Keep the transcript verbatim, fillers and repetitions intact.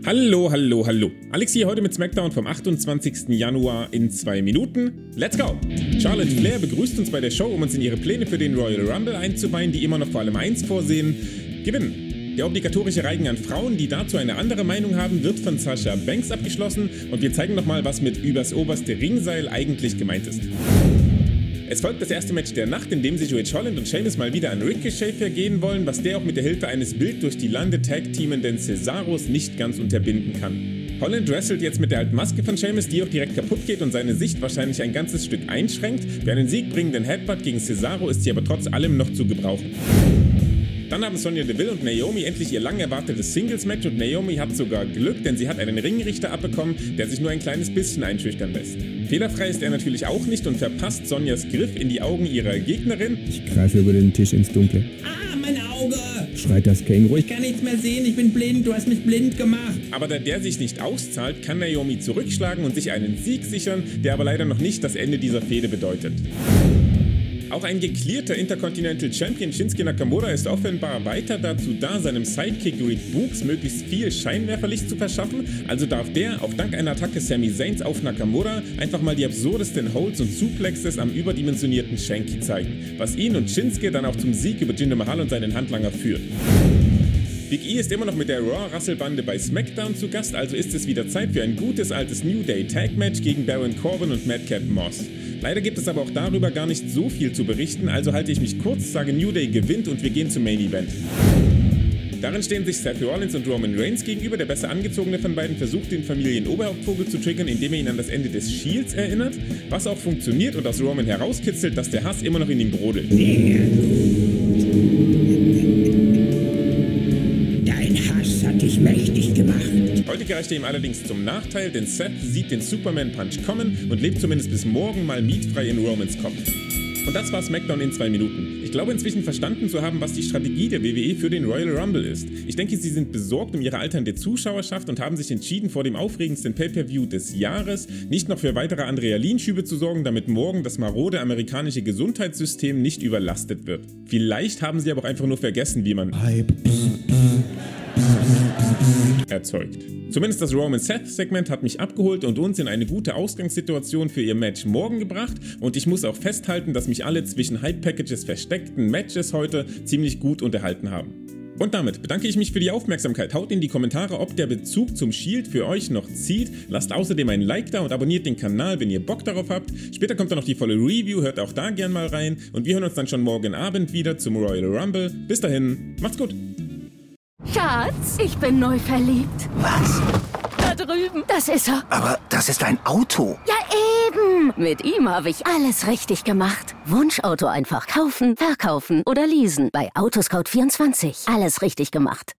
Hallo, hallo, hallo. Alex hier heute mit SmackDown vom achtundzwanzigsten Januar in zwei Minuten. Let's go! Charlotte Flair begrüßt uns bei der Show, um uns in ihre Pläne für den Royal Rumble einzuweihen, die immer noch vor allem eins vorsehen: Gewinnen. Der obligatorische Reigen an Frauen, die dazu eine andere Meinung haben, wird von Sasha Banks abgeschlossen und wir zeigen nochmal, was mit übers oberste Ringseil eigentlich gemeint ist. Es folgt das erste Match der Nacht, in dem sich Ridge Holland und Sheamus mal wieder an Ricochet vergehen wollen, was der auch mit der Hilfe eines wild durch die Lande Tag-Teamenden Cesaros nicht ganz unterbinden kann. Holland wrestelt jetzt mit der alten Maske von Sheamus, die auch direkt kaputt geht und seine Sicht wahrscheinlich ein ganzes Stück einschränkt. Für einen siegbringenden Headbutt gegen Cesaro ist sie aber trotz allem noch zu gebrauchen. Dann haben Sonya Deville und Naomi endlich ihr lang erwartetes Singles-Match und Naomi hat sogar Glück, denn sie hat einen Ringrichter abbekommen, der sich nur ein kleines bisschen einschüchtern lässt. Fehlerfrei ist er natürlich auch nicht und verpasst Sonyas Griff in die Augen ihrer Gegnerin. Ich greife über den Tisch ins Dunkle. Ah, mein Auge! Schreit das Känguru. Ich kann nichts mehr sehen, ich bin blind, du hast mich blind gemacht. Aber da der sich nicht auszahlt, kann Naomi zurückschlagen und sich einen Sieg sichern, der aber leider noch nicht das Ende dieser Fehde bedeutet. Auch ein geklärter Intercontinental Champion Shinsuke Nakamura ist offenbar weiter dazu da, seinem Sidekick Reed Boogs möglichst viel Scheinwerferlicht zu verschaffen, also darf der, auch dank einer Attacke Sami Zayns auf Nakamura, einfach mal die absurdesten Holds und Suplexes am überdimensionierten Shanky zeigen, was ihn und Shinsuke dann auch zum Sieg über Jinder Mahal und seinen Handlanger führt. Big E ist immer noch mit der Raw-Rasselbande bei SmackDown zu Gast, also ist es wieder Zeit für ein gutes altes New Day Tag Match gegen Baron Corbin und Madcap Moss. Leider gibt es aber auch darüber gar nicht so viel zu berichten, also halte ich mich kurz, sage New Day gewinnt und wir gehen zum Main Event. Darin stehen sich Seth Rollins und Roman Reigns gegenüber. Der besser angezogene von beiden versucht, den Familienoberhauptvogel zu triggern, indem er ihn an das Ende des Shields erinnert, was auch funktioniert und aus Roman herauskitzelt, dass der Hass immer noch in ihm brodelt. Dein Hass hat dich mächtig gemacht. Heute gereicht er ihm allerdings zum Nachteil, denn Seth sieht den Superman-Punch kommen und lebt zumindest bis morgen mal mietfrei in Romans Kopf. Und das war SmackDown in zwei Minuten. Ich glaube inzwischen verstanden zu haben, was die Strategie der W W E für den Royal Rumble ist. Ich denke, sie sind besorgt um ihre alternde Zuschauerschaft und haben sich entschieden, vor dem aufregendsten Pay-Per-View des Jahres nicht noch für weitere Adrenalinschübe zu sorgen, damit morgen das marode amerikanische Gesundheitssystem nicht überlastet wird. Vielleicht haben sie aber auch einfach nur vergessen, wie man erzeugt. Zumindest das Roman-Seth-Segment hat mich abgeholt und uns in eine gute Ausgangssituation für ihr Match morgen gebracht und ich muss auch festhalten, dass mich alle zwischen Hype-Packages versteckten Matches heute ziemlich gut unterhalten haben. Und damit bedanke ich mich für die Aufmerksamkeit. Haut in die Kommentare, ob der Bezug zum Shield für euch noch zieht. Lasst außerdem ein Like da und abonniert den Kanal, wenn ihr Bock darauf habt. Später kommt dann noch die volle Review, hört auch da gern mal rein und wir hören uns dann schon morgen Abend wieder zum Royal Rumble. Bis dahin, macht's gut! Schatz, ich bin neu verliebt. Was? Da drüben. Das ist er. Aber das ist ein Auto. Ja, eben. Mit ihm habe ich alles richtig gemacht. Wunschauto einfach kaufen, verkaufen oder leasen. Bei Autoscout vierundzwanzig. Alles richtig gemacht.